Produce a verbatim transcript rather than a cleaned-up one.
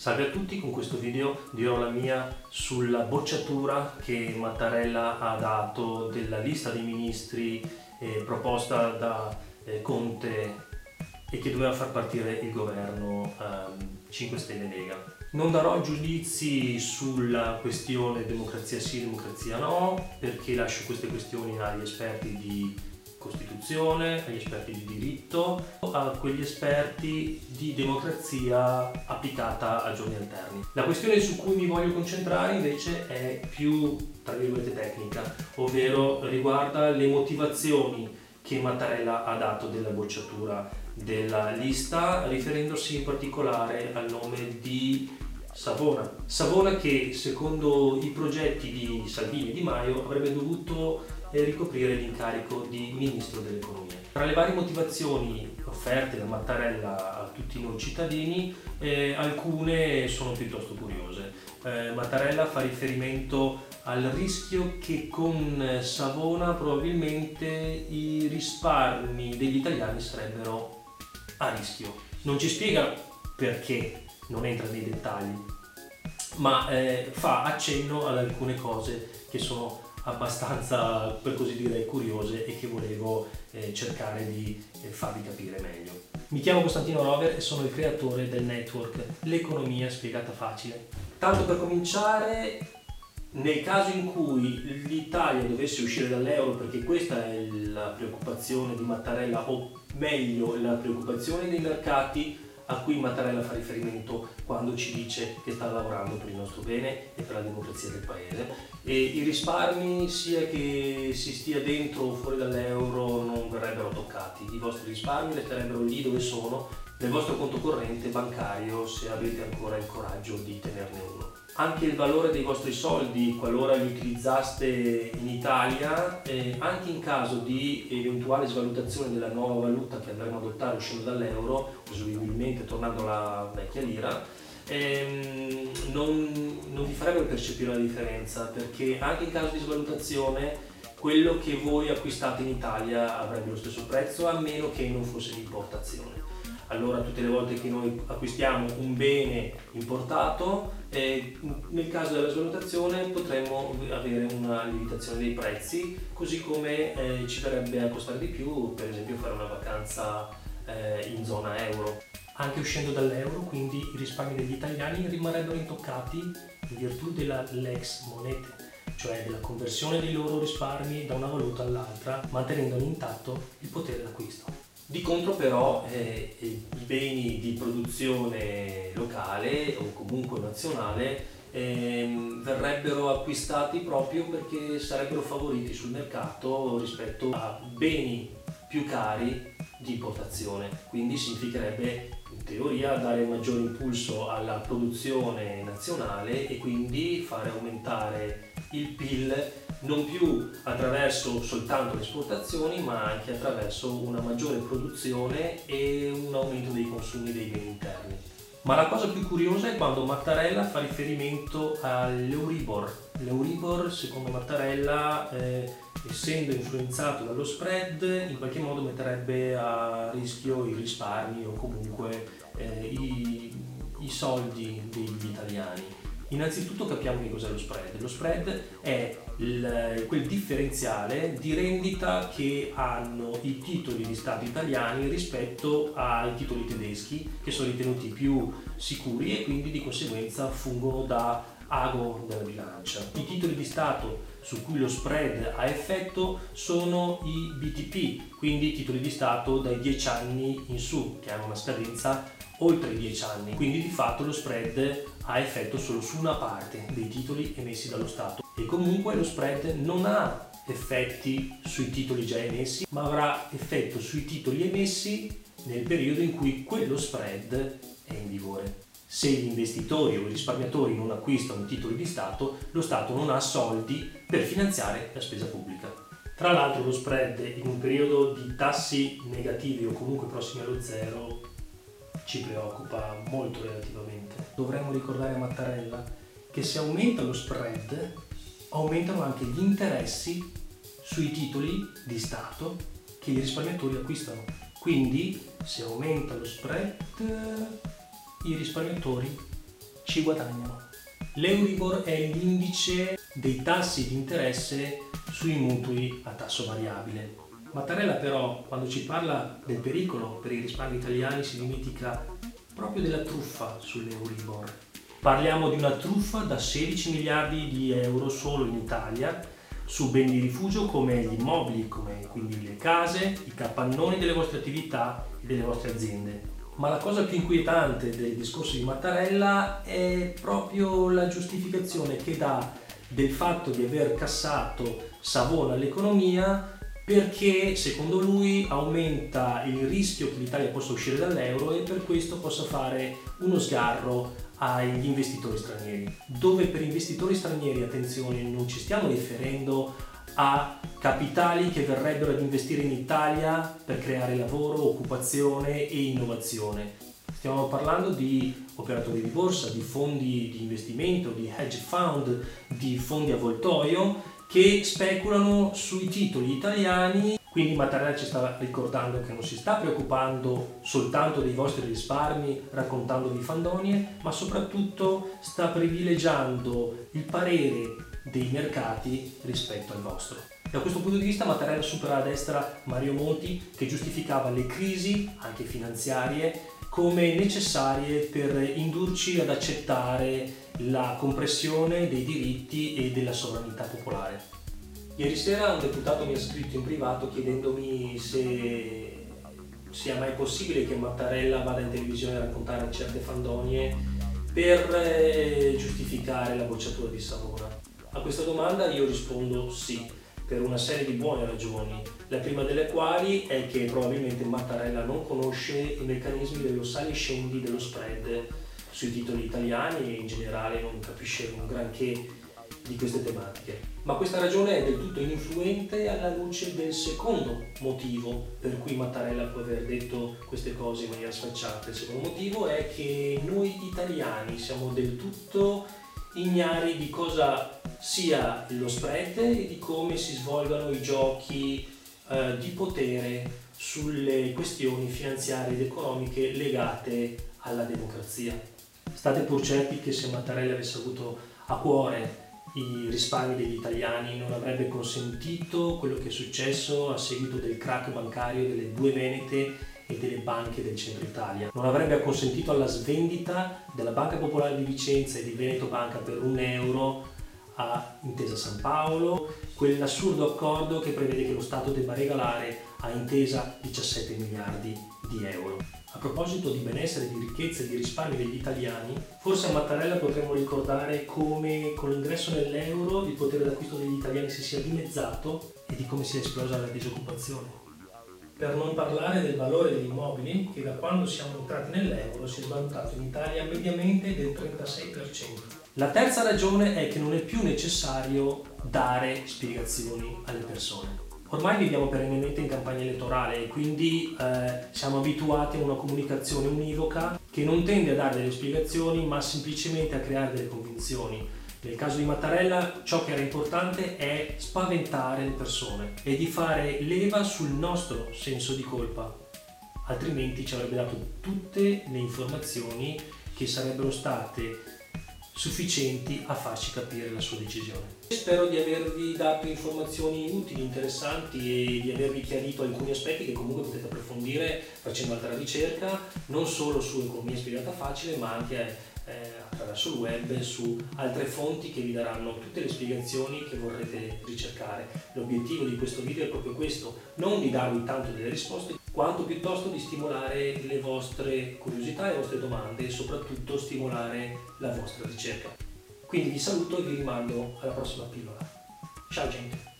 Salve a tutti, con questo video dirò la mia sulla bocciatura che Mattarella ha dato della lista dei ministri eh, proposta da eh, Conte e che doveva far partire il governo eh, cinque Stelle Lega. Non darò giudizi sulla questione democrazia sì, democrazia no, perché lascio queste questioni agli esperti di Costituzione, agli esperti di diritto, a quegli esperti di democrazia applicata a giorni alterni. La questione su cui mi voglio concentrare invece è più, tra virgolette, tecnica, ovvero riguarda le motivazioni che Mattarella ha dato della bocciatura della lista, riferendosi in particolare al nome di Savona. Savona che, secondo i progetti di Salvini e Di Maio, avrebbe dovuto ricoprire l'incarico di Ministro dell'Economia. Tra le varie motivazioni offerte da Mattarella a tutti noi cittadini, eh, alcune sono piuttosto curiose. Eh, Mattarella fa riferimento al rischio che con Savona probabilmente i risparmi degli italiani sarebbero a rischio. Non ci spiega perché, non entra nei dettagli, ma eh, fa accenno ad alcune cose che sono abbastanza, per così dire, curiose e che volevo eh, cercare di eh, farvi capire meglio. Mi chiamo Costantino Rover e sono il creatore del network L'Economia Spiegata Facile. Tanto per cominciare, nel caso in cui l'Italia dovesse uscire dall'euro, perché questa è la preoccupazione di Mattarella, o meglio la preoccupazione dei mercati a cui Mattarella fa riferimento quando ci dice che sta lavorando per il nostro bene e per la democrazia del paese, e i risparmi, sia che si stia dentro o fuori dall'euro, non verrebbero toccati. I vostri risparmi resterebbero lì dove sono, nel vostro conto corrente bancario, se avete ancora il coraggio di tenerne uno. Anche il valore dei vostri soldi, qualora li utilizzaste in Italia, eh, anche in caso di eventuale svalutazione della nuova valuta che andremo ad adottare uscendo dall'euro, presumibilmente tornando alla vecchia lira, ehm, non, non vi farebbero percepire la differenza, perché anche in caso di svalutazione quello che voi acquistate in Italia avrebbe lo stesso prezzo, a meno che non fosse di importazione. Allora, tutte le volte che noi acquistiamo un bene importato, eh, nel caso della svalutazione potremmo avere una lievitazione dei prezzi, così come eh, ci verrebbe a costare di più, per esempio, fare una vacanza eh, in zona euro. Anche uscendo dall'euro, quindi, i risparmi degli italiani rimarrebbero intoccati in virtù della lex monete, cioè della conversione dei loro risparmi da una valuta all'altra, mantenendone intatto il potere d'acquisto. Di contro però eh, i beni di produzione locale o comunque nazionale eh, verrebbero acquistati proprio perché sarebbero favoriti sul mercato rispetto a beni più cari di importazione. Quindi significherebbe in teoria dare maggiore impulso alla produzione nazionale e quindi fare aumentare il P I L non più attraverso soltanto le esportazioni, ma anche attraverso una maggiore produzione e un aumento dei consumi dei beni interni. Ma la cosa più curiosa è quando Mattarella fa riferimento all'Euribor. L'Euribor, secondo Mattarella, eh, essendo influenzato dallo spread, in qualche modo metterebbe a rischio i risparmi o comunque eh, i, i soldi degli italiani. Innanzitutto capiamo che cos'è lo spread. Lo spread è il, quel differenziale di rendita che hanno i titoli di Stato italiani rispetto ai titoli tedeschi, che sono ritenuti più sicuri e quindi di conseguenza fungono da ago della bilancia. I titoli di Stato su cui lo spread ha effetto sono i B T P, quindi i titoli di Stato dai dieci anni in su, che hanno una scadenza oltre i dieci anni, quindi di fatto lo spread ha effetto solo su una parte dei titoli emessi dallo Stato, e comunque lo spread non ha effetti sui titoli già emessi, ma avrà effetto sui titoli emessi nel periodo in cui quello spread è in vigore. Se gli investitori o i risparmiatori non acquistano titoli di Stato, lo Stato non ha soldi per finanziare la spesa pubblica. Tra l'altro lo spread in un periodo di tassi negativi o comunque prossimi allo zero ci preoccupa molto relativamente. Dovremmo ricordare a Mattarella che se aumenta lo spread, aumentano anche gli interessi sui titoli di Stato che i risparmiatori acquistano. Quindi, se aumenta lo spread, i risparmiatori ci guadagnano. L'Euribor è l'indice dei tassi di interesse sui mutui a tasso variabile. Mattarella però, quando ci parla del pericolo per i risparmi italiani, si dimentica proprio della truffa sull'Euribor. Parliamo di una truffa da sedici miliardi di euro solo in Italia su beni di rifugio come gli immobili, come quindi le case, i capannoni delle vostre attività e delle vostre aziende. Ma la cosa più inquietante del discorso di Mattarella è proprio la giustificazione che dà del fatto di aver cassato Savona all'economia, perché secondo lui aumenta il rischio che l'Italia possa uscire dall'euro e per questo possa fare uno sgarro agli investitori stranieri. Dove per investitori stranieri, attenzione, non ci stiamo riferendo a capitali che verrebbero ad investire in Italia per creare lavoro, occupazione e innovazione. Stiamo parlando di operatori di borsa, di fondi di investimento, di hedge fund, di fondi avvoltoio che speculano sui titoli italiani. Quindi Mattarella ci sta ricordando che non si sta preoccupando soltanto dei vostri risparmi raccontandovi fandonie, ma soprattutto sta privilegiando il parere dei mercati rispetto al vostro. Da questo punto di vista Mattarella supera a destra Mario Monti, che giustificava le crisi, anche finanziarie, come necessarie per indurci ad accettare la compressione dei diritti e della sovranità popolare. Ieri sera un deputato mi ha scritto in privato chiedendomi se sia mai possibile che Mattarella vada in televisione a raccontare certe fandonie per eh, giustificare la bocciatura di Savona. A questa domanda io rispondo sì, per una serie di buone ragioni, la prima delle quali è che probabilmente Mattarella non conosce i meccanismi dello sali e scendi dello spread sui titoli italiani e in generale non capisce un granché di queste tematiche. Ma questa ragione è del tutto ininfluente alla luce del secondo motivo per cui Mattarella può aver detto queste cose in maniera sfacciata. Il secondo motivo è che noi italiani siamo del tutto ignari di cosa sia lo spread e di come si svolgano i giochi eh, di potere sulle questioni finanziarie ed economiche legate alla democrazia. State pur certi che se Mattarella avesse avuto a cuore i risparmi degli italiani non avrebbe consentito quello che è successo a seguito del crack bancario delle due venete e delle banche del centro Italia. Non avrebbe consentito alla svendita della Banca Popolare di Vicenza e di Veneto Banca per un euro a Intesa San Paolo, quell'assurdo accordo che prevede che lo Stato debba regalare a Intesa diciassette miliardi di euro. A proposito di benessere, di ricchezza e di risparmi degli italiani, forse a Mattarella potremmo ricordare come con l'ingresso nell'euro il potere d'acquisto degli italiani si sia dimezzato e di come sia esplosa la disoccupazione. Per non parlare del valore degli immobili, che da quando siamo entrati nell'euro si è svalutato in Italia mediamente del trentasei per cento. La terza ragione è che non è più necessario dare spiegazioni alle persone. Ormai viviamo perennemente in campagna elettorale e quindi eh, siamo abituati a una comunicazione univoca che non tende a dare delle spiegazioni ma semplicemente a creare delle convinzioni. Nel caso di Mattarella ciò che era importante è spaventare le persone e di fare leva sul nostro senso di colpa, altrimenti ci avrebbe dato tutte le informazioni che sarebbero state sufficienti a farci capire la sua decisione. Spero di avervi dato informazioni utili, interessanti e di avervi chiarito alcuni aspetti che comunque potete approfondire facendo altra ricerca, non solo su Economia Spiegata Facile, ma anche eh, attraverso il web, su altre fonti che vi daranno tutte le spiegazioni che vorrete ricercare. L'obiettivo di questo video è proprio questo, non di darvi tanto delle risposte, quanto piuttosto di stimolare le vostre curiosità e le vostre domande e soprattutto stimolare la vostra ricerca. Quindi vi saluto e vi rimando alla prossima pillola. Ciao gente!